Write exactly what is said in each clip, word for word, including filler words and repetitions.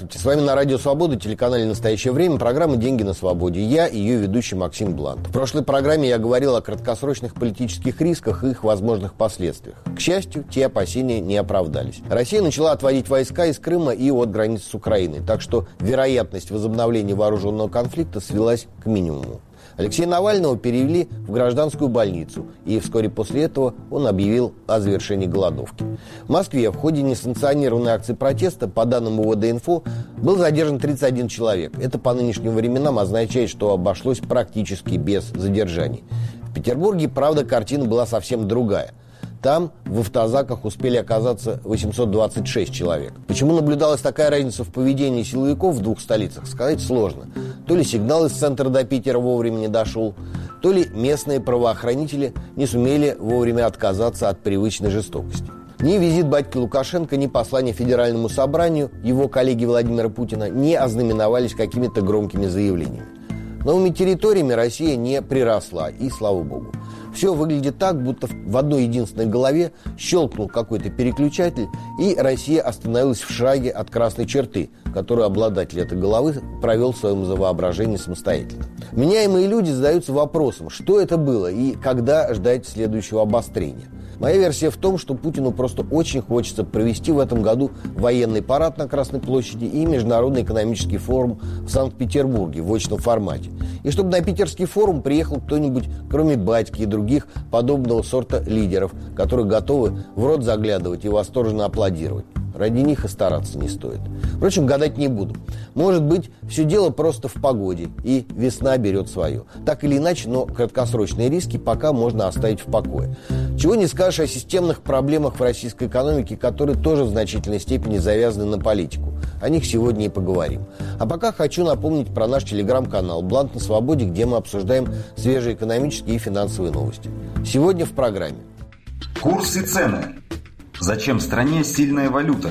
Здравствуйте, с вами на Радио Свобода, телеканале «Настоящее время», программа «Деньги на свободе». Я и ее ведущий Максим Блант. В прошлой программе я говорил о краткосрочных политических рисках и их возможных последствиях. К счастью, те опасения не оправдались. Россия начала отводить войска из Крыма и от границ с Украиной, так что вероятность возобновления вооруженного конфликта свелась к минимуму. Алексея Навального перевели в гражданскую больницу, и вскоре после этого он объявил о завершении голодовки. В Москве в ходе несанкционированной акции протеста, по данным УВД-инфо, был задержан тридцать один человек. Это по нынешним временам означает, что обошлось практически без задержаний. В Петербурге, правда, картина была совсем другая. Там в автозаках успели оказаться восемьсот двадцать шесть человек. Почему наблюдалась такая разница в поведении силовиков в двух столицах, сказать сложно. То ли сигнал из центра до Питера вовремя не дошел, то ли местные правоохранители не сумели вовремя отказаться от привычной жестокости. Ни визит батьки Лукашенко, ни послание Федеральному собранию его коллеги Владимира Путина не ознаменовались какими-то громкими заявлениями. Новыми территориями Россия не приросла, и слава богу. Все выглядит так, будто в одной единственной голове щелкнул какой-то переключатель, и Россия остановилась в шаге от красной черты, которую обладатель этой головы провел в своем воображении самостоятельно. Меняемые люди задаются вопросом, что это было и когда ждать следующего обострения. Моя версия в том, что Путину просто очень хочется провести в этом году военный парад на Красной площади и Международный экономический форум в Санкт-Петербурге в очном формате. И чтобы на питерский форум приехал кто-нибудь, кроме батьки и других подобного сорта лидеров, которые готовы в рот заглядывать и восторженно аплодировать. Ради них и стараться не стоит. Впрочем, гадать не буду. Может быть, все дело просто в погоде, и весна берет свое. Так или иначе, но краткосрочные риски пока можно оставить в покое. Чего не скажешь о системных проблемах в российской экономике, которые тоже в значительной степени завязаны на политику. О них сегодня и поговорим. А пока хочу напомнить про наш телеграм-канал «Блант на свободе», где мы обсуждаем свежие экономические и финансовые новости. Сегодня в программе. Курс и цены. Зачем стране сильная валюта?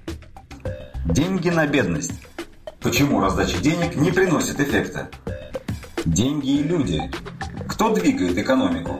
Деньги на бедность. Почему раздача денег не приносит эффекта? Деньги и люди. Кто двигает экономику?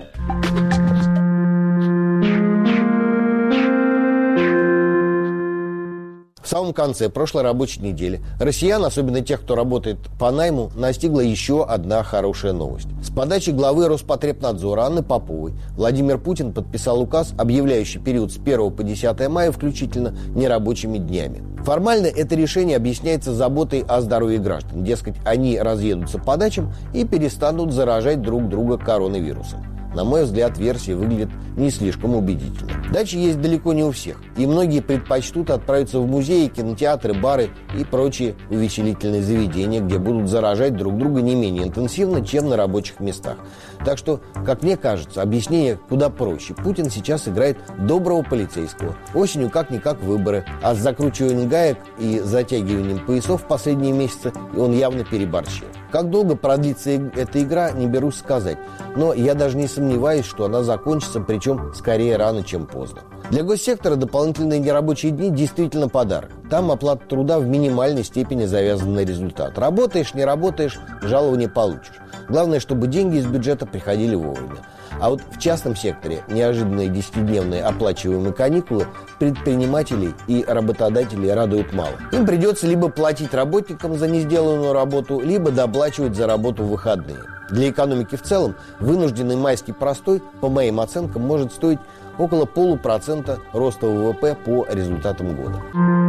В самом конце прошлой рабочей недели россиян, особенно тех, кто работает по найму, настигла еще одна хорошая новость. С подачи главы Роспотребнадзора Анны Поповой Владимир Путин подписал указ, объявляющий период с первого по десятое мая включительно нерабочими днями. Формально это решение объясняется заботой о здоровье граждан. Дескать, они разъедутся по дачам и перестанут заражать друг друга коронавирусом. На мой взгляд, версия выглядит не слишком убедительно. Дачи есть далеко не у всех, и многие предпочтут отправиться в музеи, кинотеатры, бары и прочие увеселительные заведения, где будут заражать друг друга не менее интенсивно, чем на рабочих местах. Так что, как мне кажется, объяснение куда проще. Путин сейчас играет доброго полицейского. Осенью как-никак выборы, а с закручиванием гаек и затягиванием поясов в последние месяцы он явно переборщил. Как долго продлится эта игра, не берусь сказать, но я даже не сомневаюсь, что она закончится, причем скорее рано, чем поздно. Для госсектора дополнительные нерабочие дни действительно подарок. Там оплата труда в минимальной степени завязана на результат. Работаешь, не работаешь, жалование получишь. Главное, чтобы деньги из бюджета приходили вовремя. А вот в частном секторе неожиданные десятидневные оплачиваемые каникулы предпринимателей и работодателей радуют мало. Им придется либо платить работникам за несделанную работу, либо доплачивать за работу в выходные. Для экономики в целом вынужденный майский простой, по моим оценкам, может стоить около полупроцента роста ВВП по результатам года.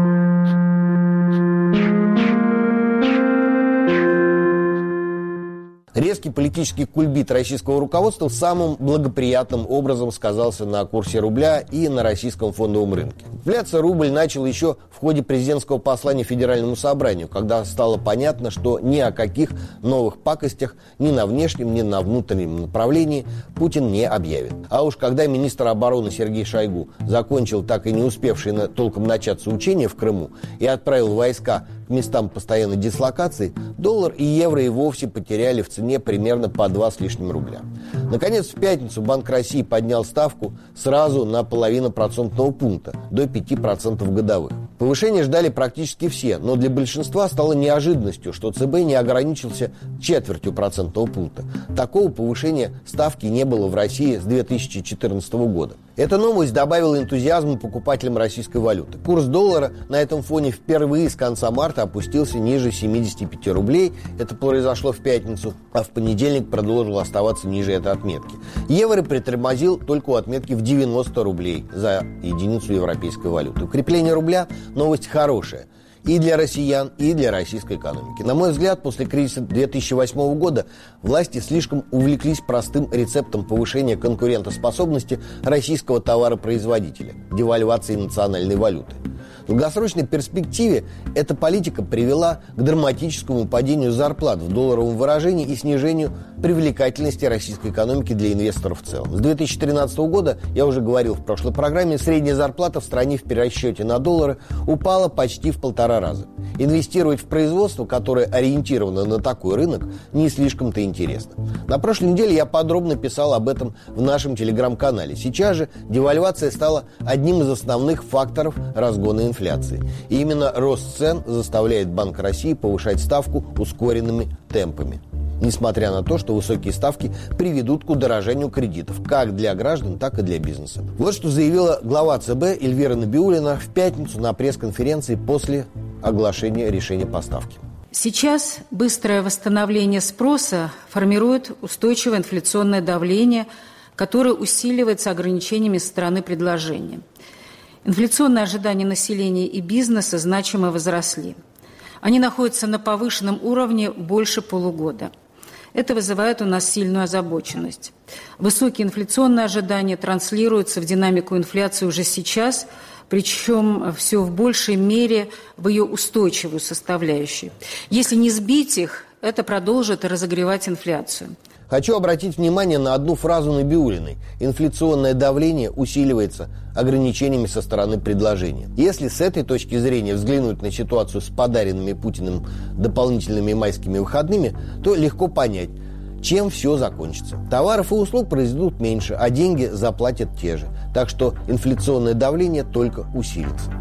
Резкий политический кульбит российского руководства самым благоприятным образом сказался на курсе рубля и на российском фондовом рынке. Инфляция рубль начал еще в ходе президентского послания Федеральному собранию, когда стало понятно, что ни о каких новых пакостях ни на внешнем, ни на внутреннем направлении Путин не объявит. А уж когда министр обороны Сергей Шойгу закончил так и не успевшие на, толком начаться учения в Крыму и отправил войска к местам постоянной дислокации, доллар и евро и вовсе потеряли в цене примерно по два с лишним рубля. Наконец, в пятницу Банк России поднял ставку сразу на половину процентного пункта, до пяти процентов годовых. Повышение ждали практически все, но для большинства стало неожиданностью, что ЦБ не ограничился четвертью процентного пункта. Такого повышения ставки не было в России с две тысячи четырнадцатого года. Эта новость добавила энтузиазма покупателям российской валюты. Курс доллара на этом фоне впервые с конца марта опустился ниже семидесяти пяти рублей. Это произошло в пятницу, а в понедельник продолжил оставаться ниже этой отметки. Евро притормозил только у отметки в девяносто рублей за единицу европейской валюты. Укрепление рубля – новость хорошая. И для россиян, и для российской экономики. На мой взгляд, после кризиса две тысячи восьмого года власти слишком увлеклись простым рецептом повышения конкурентоспособности российского товаропроизводителя – девальвацией национальной валюты. В долгосрочной перспективе эта политика привела к драматическому падению зарплат в долларовом выражении и снижению привлекательности российской экономики для инвесторов в целом. С две тысячи тринадцатого года, я уже говорил в прошлой программе, средняя зарплата в стране в перерасчете на доллары упала почти в полтора раза. Инвестировать в производство, которое ориентировано на такой рынок, не слишком-то интересно. На прошлой неделе я подробно писал об этом в нашем телеграм-канале. Сейчас же девальвация стала одним из основных факторов разгона инфляции. И именно рост цен заставляет Банк России повышать ставку ускоренными темпами. Несмотря на то, что высокие ставки приведут к удорожанию кредитов как для граждан, так и для бизнеса. Вот что заявила глава ЦБ Эльвира Набиуллина в пятницу на пресс-конференции после оглашения решения по ставке. Сейчас быстрое восстановление спроса формирует устойчивое инфляционное давление, которое усиливается ограничениями со стороны предложения. Инфляционные ожидания населения и бизнеса значимо возросли. Они находятся на повышенном уровне больше полугода. Это вызывает у нас сильную озабоченность. Высокие инфляционные ожидания транслируются в динамику инфляции уже сейчас, причем все в большей мере в ее устойчивую составляющую. Если не сбить их, это продолжит разогревать инфляцию. Хочу обратить внимание на одну фразу Набиуллиной. Инфляционное давление усиливается ограничениями со стороны предложения. Если с этой точки зрения взглянуть на ситуацию с подаренными Путиным дополнительными майскими выходными, то легко понять, чем все закончится. Товаров и услуг произведут меньше, а деньги заплатят те же. Так что инфляционное давление только усилится.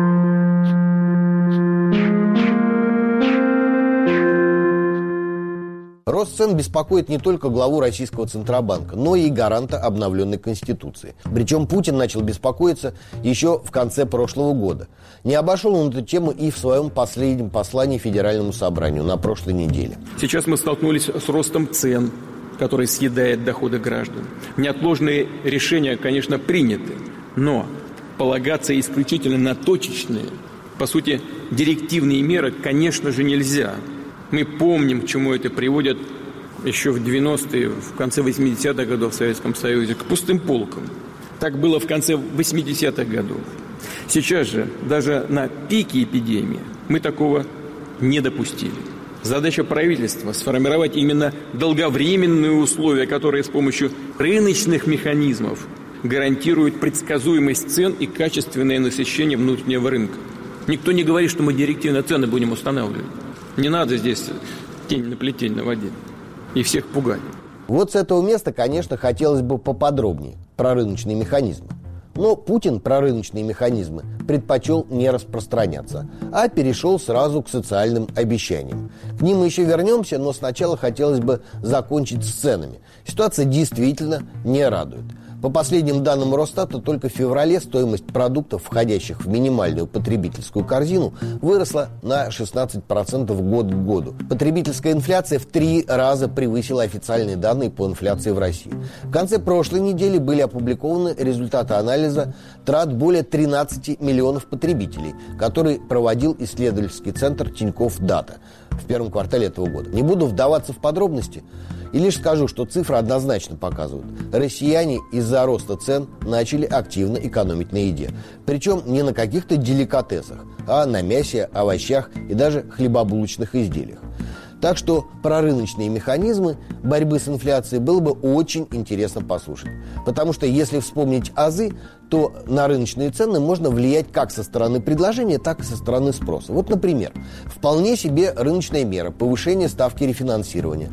Рост цен беспокоит не только главу российского Центробанка, но и гаранта обновленной Конституции. Причем Путин начал беспокоиться еще в конце прошлого года. Не обошел он эту тему и в своем последнем послании Федеральному собранию на прошлой неделе. Сейчас мы столкнулись с ростом цен, который съедает доходы граждан. Неотложные решения, конечно, приняты, но полагаться исключительно на точечные, по сути, директивные меры, конечно же, нельзя. Мы помним, к чему это приводит еще в девяностые, в конце восьмидесятых годов в Советском Союзе, к пустым полкам. Так было в конце восьмидесятых годов. Сейчас же, даже на пике эпидемии, мы такого не допустили. Задача правительства – сформировать именно долговременные условия, которые с помощью рыночных механизмов гарантируют предсказуемость цен и качественное насыщение внутреннего рынка. Никто не говорит, что мы директивно цены будем устанавливать. Не надо здесь тень на плетень наводить и всех пугать. Вот с этого места, конечно, хотелось бы поподробнее про рыночные механизмы. Но Путин про рыночные механизмы предпочел не распространяться, а перешел сразу к социальным обещаниям. К ним мы еще вернемся, но сначала хотелось бы закончить с ценами. Ситуация действительно не радует. По последним данным Росстата, только в феврале стоимость продуктов, входящих в минимальную потребительскую корзину, выросла на шестнадцать процентов год к году. Потребительская инфляция в три раза превысила официальные данные по инфляции в России. В конце прошлой недели были опубликованы результаты анализа трат более тринадцати миллионов потребителей, который проводил исследовательский центр Тинькофф Дата в первом квартале этого года. Не буду вдаваться в подробности, и лишь скажу, что цифры однозначно показывают. Россияне из-за роста цен начали активно экономить на еде. Причем не на каких-то деликатесах, а на мясе, овощах и даже хлебобулочных изделиях. Так что про рыночные механизмы борьбы с инфляцией было бы очень интересно послушать. Потому что если вспомнить азы, то на рыночные цены можно влиять как со стороны предложения, так и со стороны спроса. Вот, например, вполне себе рыночная мера – повышение ставки рефинансирования.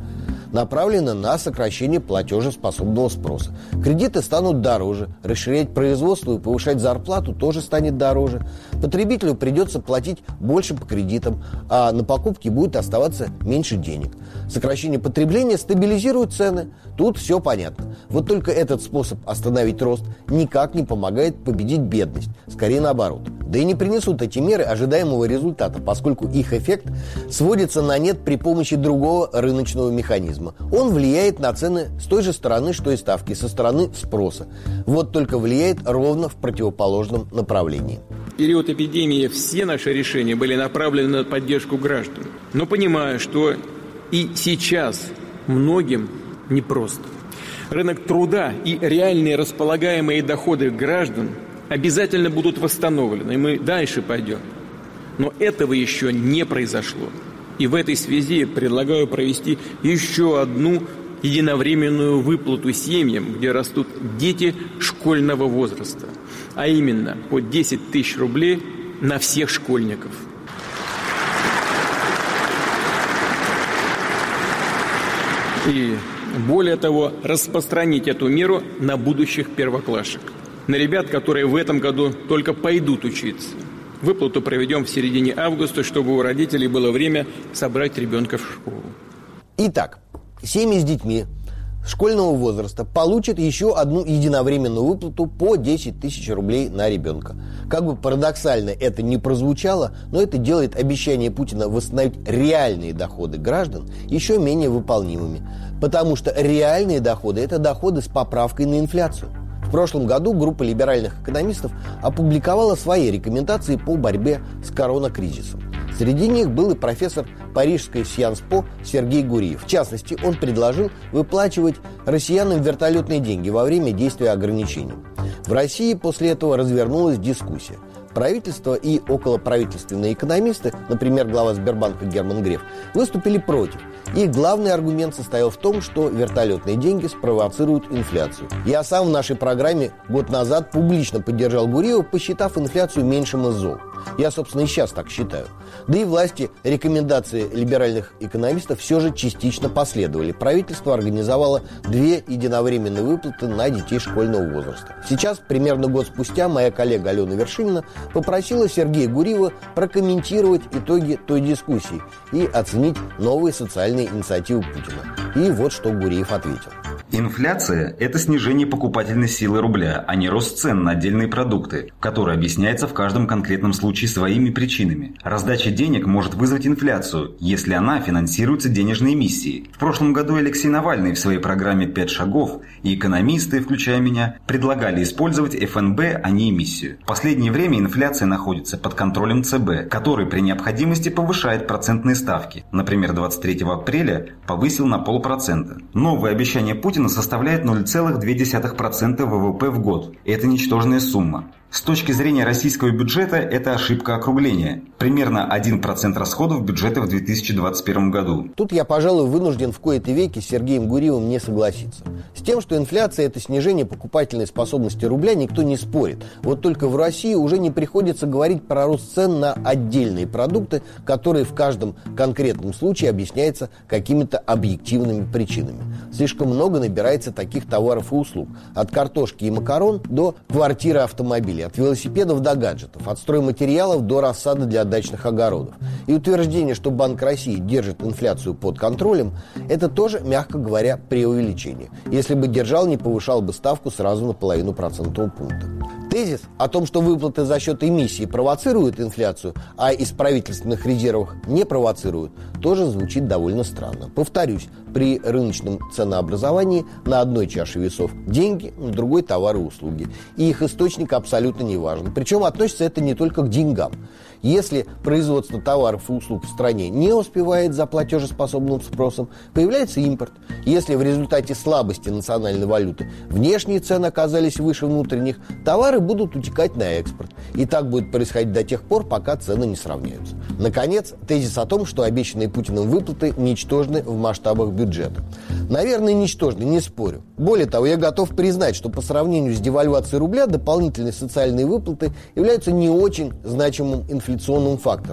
направлена на сокращение платежеспособного спроса. Кредиты станут дороже, расширять производство и повышать зарплату тоже станет дороже. Потребителю придется платить больше по кредитам, а на покупки будет оставаться меньше денег. Сокращение потребления стабилизирует цены. Тут все понятно. Вот только этот способ остановить рост никак не помогает победить бедность. Скорее наоборот. Да и не принесут эти меры ожидаемого результата, поскольку их эффект сводится на нет при помощи другого рыночного механизма. Он влияет на цены с той же стороны, что и ставки, со стороны спроса. Вот только влияет ровно в противоположном направлении. В период эпидемии все наши решения были направлены на поддержку граждан. Но понимаю, что и сейчас многим непросто. Рынок труда и реальные располагаемые доходы граждан обязательно будут восстановлены, и мы дальше пойдем. Но этого еще не произошло. И в этой связи предлагаю провести еще одну единовременную выплату семьям, где растут дети школьного возраста, а именно по десять тысяч рублей на всех школьников. И более того, распространить эту меру на будущих первоклашек, на ребят, которые в этом году только пойдут учиться. Выплату проведем в середине августа, чтобы у родителей было время собрать ребенка в школу. Итак, семьи с детьми школьного возраста получат еще одну единовременную выплату по десять тысяч рублей на ребенка. Как бы парадоксально это ни прозвучало, но это делает обещание Путина восстановить реальные доходы граждан еще менее выполнимыми. Потому что реальные доходы – это доходы с поправкой на инфляцию. В прошлом году группа либеральных экономистов опубликовала свои рекомендации по борьбе с коронакризисом. Среди них был и профессор парижской Сciences Po Сергей Гуриев. В частности, он предложил выплачивать россиянам вертолетные деньги во время действия ограничений. В России после этого развернулась дискуссия. Правительство и околоправительственные экономисты, например, глава Сбербанка Герман Греф, выступили против. Их главный аргумент состоял в том, что вертолетные деньги спровоцируют инфляцию. Я сам в нашей программе год назад публично поддержал Гуриева, посчитав инфляцию меньшим из зол. Я, собственно, и сейчас так считаю. Да и власти рекомендации либеральных экономистов все же частично последовали. Правительство организовало две единовременные выплаты на детей школьного возраста. Сейчас, примерно год спустя, моя коллега Алена Вершинина попросила Сергея Гуриева прокомментировать итоги той дискуссии и оценить новые социальные инициативы Путина. И вот что Гуриев ответил. Инфляция – это снижение покупательной силы рубля, а не рост цен на отдельные продукты, который объясняется в каждом конкретном случае своими причинами. Раздача денег может вызвать инфляцию, если она финансируется денежной эмиссией. В прошлом году Алексей Навальный в своей программе «Пять шагов» и экономисты, включая меня, предлагали использовать эф эн бэ, а не эмиссию. В последнее время инфляция находится под контролем цэ бэ, который при необходимости повышает процентные ставки. Например, двадцать третьего апреля повысил на полпроцента. Новое обещание Путина составляет ноль целых две десятых процента вэ вэ пэ в год. Это ничтожная сумма. С точки зрения российского бюджета это ошибка округления. Примерно один процент расходов бюджета в две тысячи двадцать первом году. Тут я, пожалуй, вынужден в кои-то веки с Сергеем Гуриевым не согласиться. С тем, что инфляция – это снижение покупательной способности рубля, никто не спорит. Вот только в России уже не приходится говорить про рост цен на отдельные продукты, которые в каждом конкретном случае объясняются какими-то объективными причинами. Слишком много набирается таких товаров и услуг. От картошки и макарон до квартиры, автомобилей. От велосипедов до гаджетов, от стройматериалов до рассады для дачных огородов. И утверждение, что Банк России держит инфляцию под контролем, это тоже, мягко говоря, преувеличение. Если бы держал, не повышал бы ставку сразу на половину процентного пункта. Тезис о том, что выплаты за счет эмиссии провоцируют инфляцию, а из правительственных резервов не провоцируют, тоже звучит довольно странно. Повторюсь, при рыночном ценообразовании на одной чаше весов деньги, на другой товары и услуги. И их источник абсолютно не важен. Причем относится это не только к деньгам. Если производство товаров и услуг в стране не успевает за платежеспособным спросом, появляется импорт. Если в результате слабости национальной валюты внешние цены оказались выше внутренних, товары будут утекать на экспорт. И так будет происходить до тех пор, пока цены не сравняются. Наконец, тезис о том, что обещанные Путиным выплаты ничтожны в масштабах бюджета. Наверное, ничтожны, не спорю. Более того, я готов признать, что по сравнению с девальвацией рубля дополнительные социальные выплаты являются не очень значимым инфляционным фактором.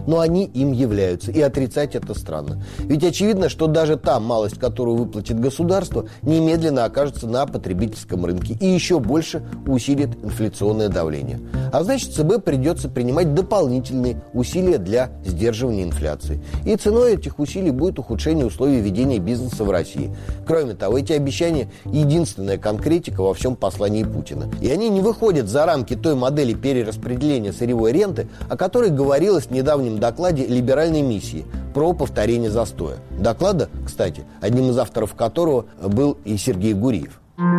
но они им являются, и отрицать это странно. Ведь очевидно, что даже та малость, которую выплатит государство, немедленно окажется на потребительском рынке и еще больше усилит инфляционное давление. А значит, ЦБ придется принимать дополнительные усилия для сдерживания инфляции. И ценой этих усилий будет ухудшение условий ведения бизнеса в России. Кроме того, эти обещания – единственная конкретика во всем послании Путина. И они не выходят за рамки той модели перераспределения сырьевой ренты, о которой говорилось в недавнем докладе либеральной миссии про повторение застоя. Доклада, кстати, одним из авторов которого был и Сергей Гуриев.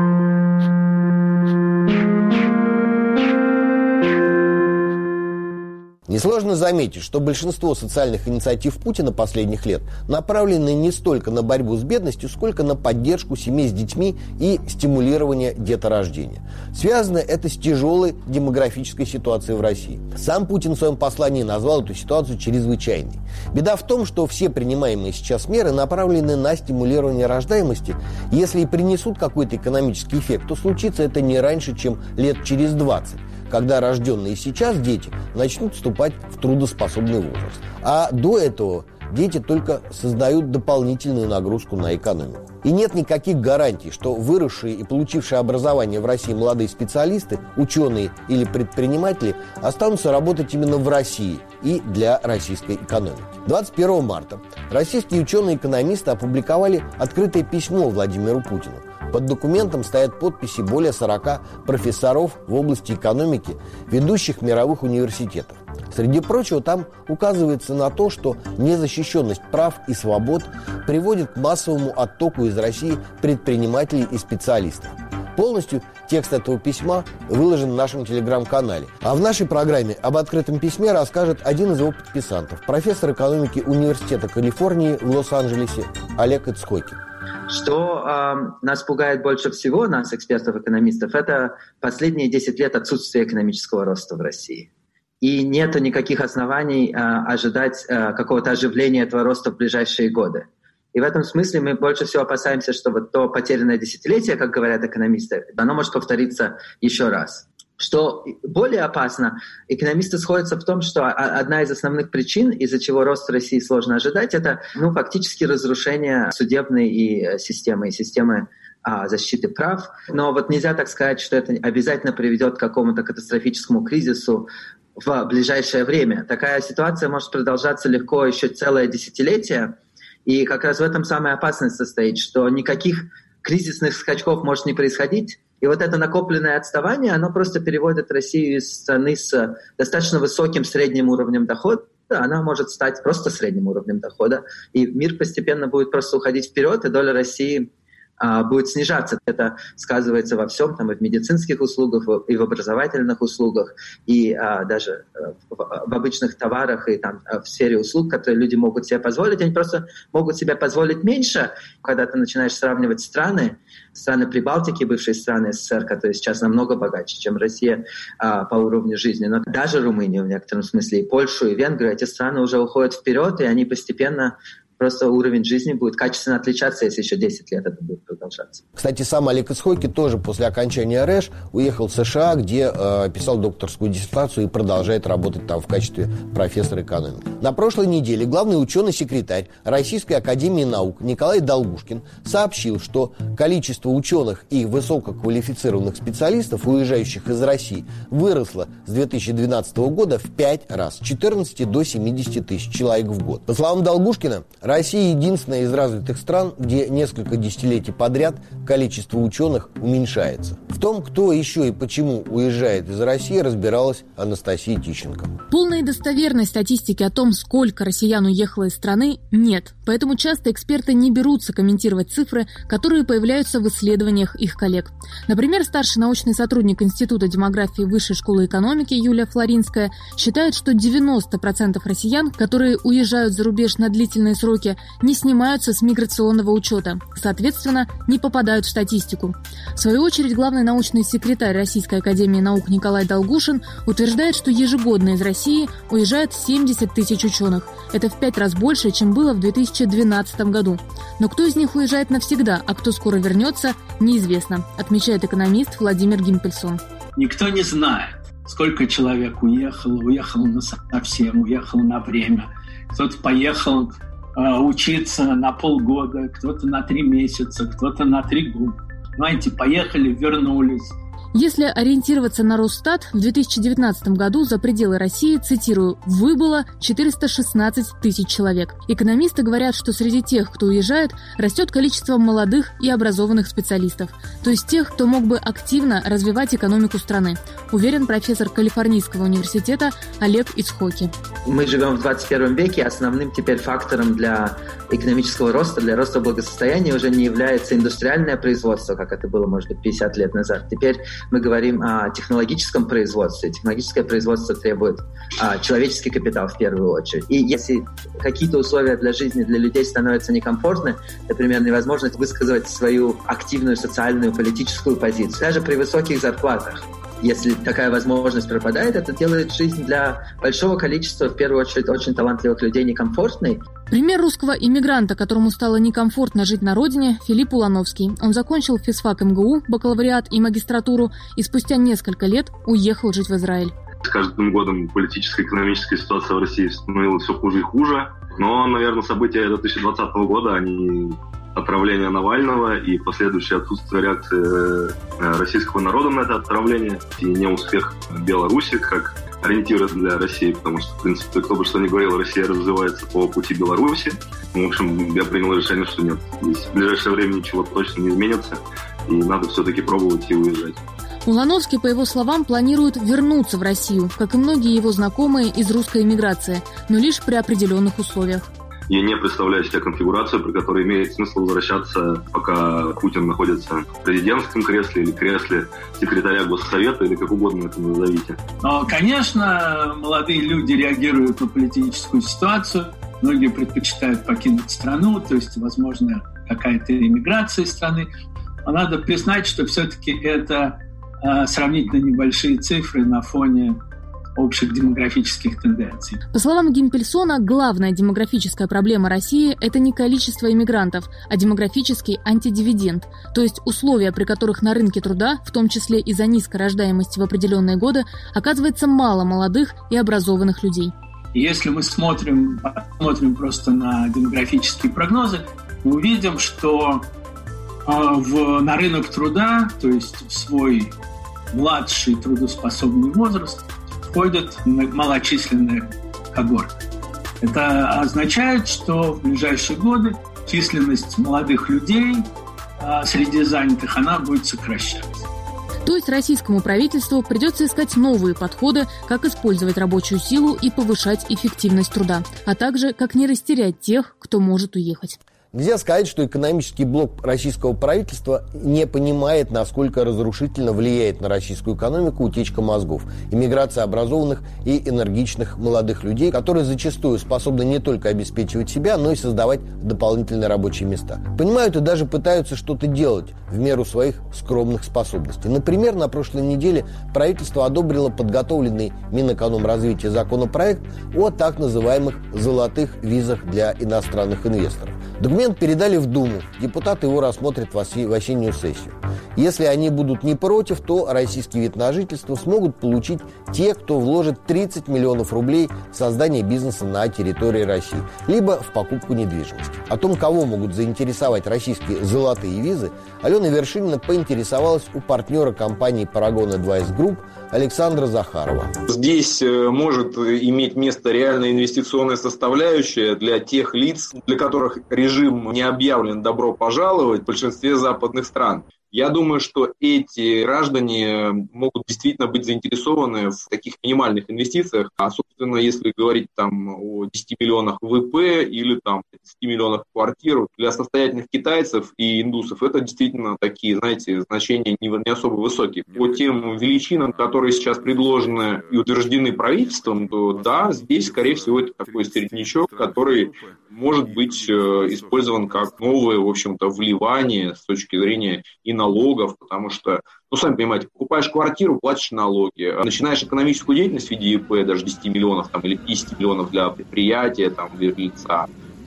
Несложно заметить, что большинство социальных инициатив Путина последних лет направлены не столько на борьбу с бедностью, сколько на поддержку семей с детьми и стимулирование деторождения. Связано это с тяжелой демографической ситуацией в России. Сам Путин в своем послании назвал эту ситуацию чрезвычайной. Беда в том, что все принимаемые сейчас меры направлены на стимулирование рождаемости. Если и принесут какой-то экономический эффект, то случится это не раньше, чем лет через двадцать. Когда рожденные сейчас дети начнут вступать в трудоспособный возраст. А до этого дети только создают дополнительную нагрузку на экономику. И нет никаких гарантий, что выросшие и получившие образование в России молодые специалисты, ученые или предприниматели останутся работать именно в России и для российской экономики. двадцать первого марта российские ученые-экономисты опубликовали открытое письмо Владимиру Путину. Под документом стоят подписи более сорока профессоров в области экономики ведущих мировых университетов. Среди прочего, там указывается на то, что незащищенность прав и свобод приводит к массовому оттоку из России предпринимателей и специалистов. Полностью текст этого письма выложен в нашем телеграм-канале. А в нашей программе об открытом письме расскажет один из его подписантов, профессор экономики Университета Калифорнии в Лос-Анджелесе Олег Ицхокин. Что э, нас пугает больше всего, нас, экспертов-экономистов, это последние десять лет отсутствия экономического роста в России. И нет никаких оснований э, ожидать э, какого-то оживления этого роста в ближайшие годы. И в этом смысле мы больше всего опасаемся, что вот то потерянное десятилетие, как говорят экономисты, оно может повториться еще раз. Что более опасно, экономисты сходятся в том, что одна из основных причин, из-за чего рост России сложно ожидать, это ну, фактически разрушение судебной и системы, и системы а, защиты прав. Но вот нельзя так сказать, что это обязательно приведет к какому-то катастрофическому кризису в ближайшее время. Такая ситуация может продолжаться легко еще целое десятилетие. И как раз в этом самая опасность состоит, что никаких кризисных скачков может не происходить. И вот это накопленное отставание, оно просто переводит Россию из страны с достаточно высоким средним уровнем дохода, она может стать просто средним уровнем дохода. И мир постепенно будет просто уходить вперед, и доля России а, будет снижаться. Это сказывается во всем, там, и в медицинских услугах, и в образовательных услугах, и а, даже в, в обычных товарах, и там, в сфере услуг, которые люди могут себе позволить. Они просто могут себе позволить меньше, когда ты начинаешь сравнивать страны, страны Прибалтики, бывшие страны СССР, которые сейчас намного богаче, чем Россия а, по уровню жизни. Но даже Румынию в некотором смысле, и Польшу, и Венгрию, эти страны уже уходят вперед, и они постепенно просто уровень жизни будет качественно отличаться, если еще десять лет это будет продолжаться. Кстати, сам Олег Ицхокин тоже после окончания РЭШ уехал в США, где э, писал докторскую диссертацию и продолжает работать там в качестве профессора экономики. На прошлой неделе главный ученый-секретарь Российской академии наук Николай Долгушкин сообщил, что количество ученых и высококвалифицированных специалистов, уезжающих из России, выросло с две тысячи двенадцатого года в пять раз, с четырнадцати до семидесяти тысяч человек в год. По словам Долгушкина, Россия единственная из развитых стран, где несколько десятилетий подряд количество ученых уменьшается. В том, кто еще и почему уезжает из России, разбиралась Анастасия Тищенко. Полной достоверной статистики о том, сколько россиян уехало из страны, нет. Поэтому часто эксперты не берутся комментировать цифры, которые появляются в исследованиях их коллег. Например, старший научный сотрудник Института демографии Высшей школы экономики Юлия Флоринская считает, что девяносто процентов россиян, которые уезжают за рубеж на длительные сроки, не снимаются с миграционного учета, соответственно, не попадают в статистику. В свою очередь, главный научный секретарь Российской академии наук Николай Долгушин утверждает, что ежегодно из России уезжает семьдесят тысяч ученых. Это в пять раз больше, чем было в две тысячи двенадцатом году. Но кто из них уезжает навсегда, а кто скоро вернется, неизвестно, отмечает экономист Владимир Гимпельсон. Никто не знает. сколько человек уехало, уехало на совсем, уехало на время. Кто-то поехал э, учиться на полгода, кто-то на три месяца, кто-то на три года. Понимаете, поехали, вернулись. Если ориентироваться на Росстат, в две тысячи девятнадцатом году за пределы России, цитирую, выбыло четыреста шестнадцать тысяч человек. Экономисты говорят, что среди тех, кто уезжает, растет количество молодых и образованных специалистов, то есть тех, кто мог бы активно развивать экономику страны, уверен профессор Калифорнийского университета Олег Ицхоки. Мы живем в двадцать первом веке, основным теперь фактором для экономического роста, для роста благосостояния уже не является индустриальное производство, как это было, может быть, пятьдесят лет назад. Теперь мы говорим о технологическом производстве. Технологическое производство требует а, человеческий капитал в первую очередь. И если какие-то условия для жизни для людей становятся некомфортны, например, невозможность высказывать свою активную социальную, политическую позицию, даже при высоких зарплатах, если такая возможность пропадает, это делает жизнь для большого количества, в первую очередь, очень талантливых людей некомфортной. Пример русского иммигранта, которому стало некомфортно жить на родине, Филипп Улановский. Он закончил физфак эм гэ у, бакалавриат и магистратуру, и спустя несколько лет уехал жить в Израиль. С каждым годом политическая и экономическая ситуация в России становилась все хуже и хуже. Но, наверное, события две тысячи двадцатого года, они... отравление Навального и последующее отсутствие реакции российского народа на это отравление и неуспех Беларуси как ориентира для России, потому что, в принципе, кто бы что ни говорил, Россия развивается по пути Беларуси. В общем, я принял решение, что нет, здесь в ближайшее время ничего точно не изменится, и надо все-таки пробовать и уезжать. Улановский, по его словам, планирует вернуться в Россию, как и многие его знакомые из русской эмиграции, но лишь при определенных условиях. Я не представляю себе конфигурацию, при которой имеет смысл возвращаться, пока Путин находится в президентском кресле или кресле секретаря Госсовета, или как угодно это назовите. Но, конечно, молодые люди реагируют на политическую ситуацию. Многие предпочитают покинуть страну, то есть, возможно, какая-то эмиграция из страны. Но надо признать, что все-таки это э, сравнительно небольшие цифры на фоне общих демографических тенденций. По словам Гимпельсона, главная демографическая проблема России – это не количество иммигрантов, а демографический антидивиденд, то есть условия, при которых на рынке труда, в том числе из-за низкой рождаемости в определенные годы, оказывается мало молодых и образованных людей. Если мы смотрим, посмотрим просто на демографические прогнозы, мы увидим, что э, в, на рынок труда, то есть в свой младший трудоспособный возраст, входят малочисленные когорты. Это означает, что в ближайшие годы численность молодых людей а, среди занятых, она будет сокращаться. То есть российскому правительству придется искать новые подходы, как использовать рабочую силу и повышать эффективность труда, а также как не растерять тех, кто может уехать. Нельзя сказать, что экономический блок российского правительства не понимает, насколько разрушительно влияет на российскую экономику утечка мозгов, иммиграция образованных и энергичных молодых людей, которые зачастую способны не только обеспечивать себя, но и создавать дополнительные рабочие места. Понимают и даже пытаются что-то делать в меру своих скромных способностей. Например, на прошлой неделе правительство одобрило подготовленный Минэкономразвития законопроект о так называемых «золотых визах для иностранных инвесторов». Документ передали в Думу. Депутаты его рассмотрят в осеннюю сессию. Если они будут не против, то российский вид на жительство смогут получить те, кто вложит тридцать миллионов рублей в создание бизнеса на территории России, либо в покупку недвижимости. О том, кого могут заинтересовать российские золотые визы, Алена Вершинина поинтересовалась у партнера компании Paragon Advice Group Александра Захарова. Здесь может иметь место реальная инвестиционная составляющая для тех лиц, для которых режим не объявлен «добро пожаловать» в большинстве западных стран. Я думаю, что эти граждане могут действительно быть заинтересованы в таких минимальных инвестициях. А, собственно, если говорить там о десяти миллионах вэ пэ или там десяти миллионах квартир, для состоятельных китайцев и индусов это действительно такие, знаете, значения не, не особо высокие. По тем величинам, которые сейчас предложены и утверждены правительством, то да, здесь, скорее всего, это такой среднячок, который может быть использован как новое, в общем-то, вливание с точки зрения и налогов, потому что, ну, сами понимаете, покупаешь квартиру, платишь налоги, начинаешь экономическую деятельность в виде и пэ, даже десяти миллионов там, или пятидесяти миллионов для предприятия, там, для лица,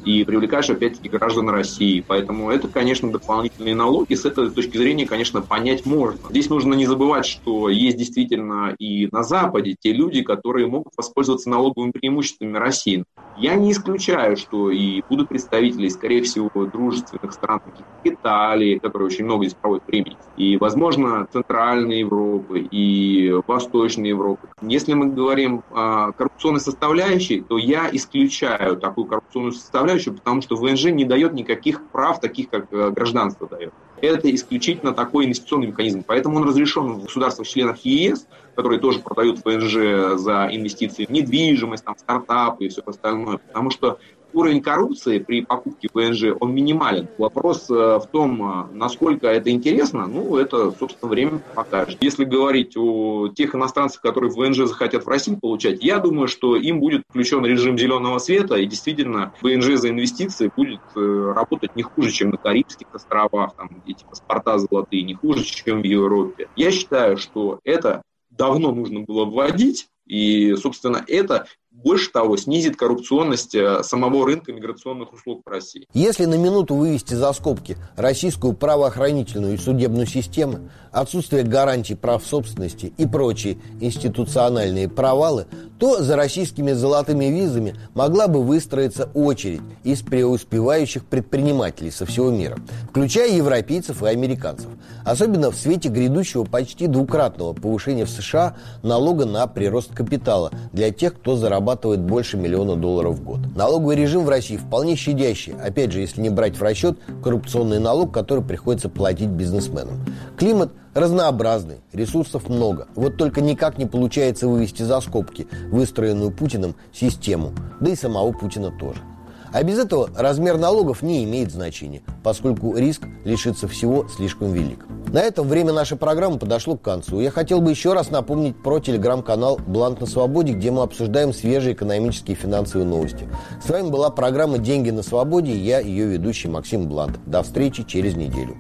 и привлекаешь, опять-таки, граждан России. Поэтому это, конечно, дополнительные налоги. С этой точки зрения, конечно, понять можно. Здесь нужно не забывать, что есть действительно и на Западе те люди, которые могут воспользоваться налоговыми преимуществами России. Я не исключаю, что и будут представители, скорее всего, дружественных стран, таких как Италии, которые очень много здесь проводят времени, и, возможно, Центральной Европы и Восточной Европы. Если мы говорим о коррупционной составляющей, то я исключаю такую коррупционную составляющую, потому что ВНЖ не дает никаких прав, таких как гражданство дает. Это исключительно такой инвестиционный механизм. Поэтому он разрешен в государствах-членах ЕС, которые тоже продают ВНЖ за инвестиции в недвижимость, там, стартапы и все остальное. Потому что уровень коррупции при покупке ВНЖ, он минимален. Вопрос в том, насколько это интересно, ну, это, собственно, время покажет. Если говорить о тех иностранцах, которые ВНЖ захотят в России получать, я думаю, что им будет включен режим зеленого света, и действительно ВНЖ за инвестиции будет работать не хуже, чем на Карибских островах, там, эти паспорта золотые, не хуже, чем в Европе. Я считаю, что это давно нужно было вводить, и, собственно, это, больше того, снизит коррупционность самого рынка миграционных услуг в России. Если на минуту вывести за скобки российскую правоохранительную и судебную систему, отсутствие гарантий прав собственности и прочие институциональные провалы, то за российскими золотыми визами могла бы выстроиться очередь из преуспевающих предпринимателей со всего мира, включая европейцев и американцев, особенно в свете грядущего почти двукратного повышения в США налога на прирост капитала для тех, кто зарабатывает больше миллиона долларов в год. Налоговый режим в России вполне щадящий, опять же, если не брать в расчет коррупционный налог, который приходится платить бизнесменам. Климат разнообразный, ресурсов много. Вот только никак не получается вывести за скобки выстроенную Путиным систему, да и самого Путина тоже. А без этого размер налогов не имеет значения, поскольку риск лишиться всего слишком велик. На этом время нашей программы подошло к концу. Я хотел бы еще раз напомнить про телеграм-канал «Блант на свободе», где мы обсуждаем свежие экономические и финансовые новости. С вами была программа «Деньги на свободе», и я, ее ведущий Максим Блант. До встречи через неделю.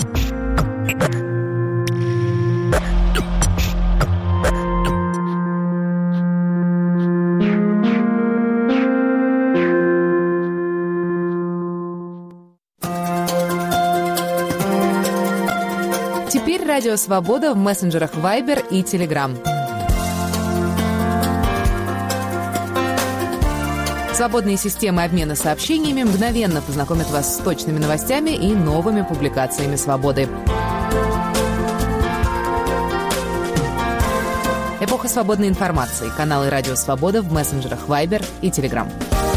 Теперь Радио Свобода в мессенджерах Viber и Telegram. Свободные системы обмена сообщениями мгновенно познакомят вас с точными новостями и новыми публикациями «Свободы». Эпоха свободной информации. Каналы Радио Свобода в мессенджерах Viber и Telegram.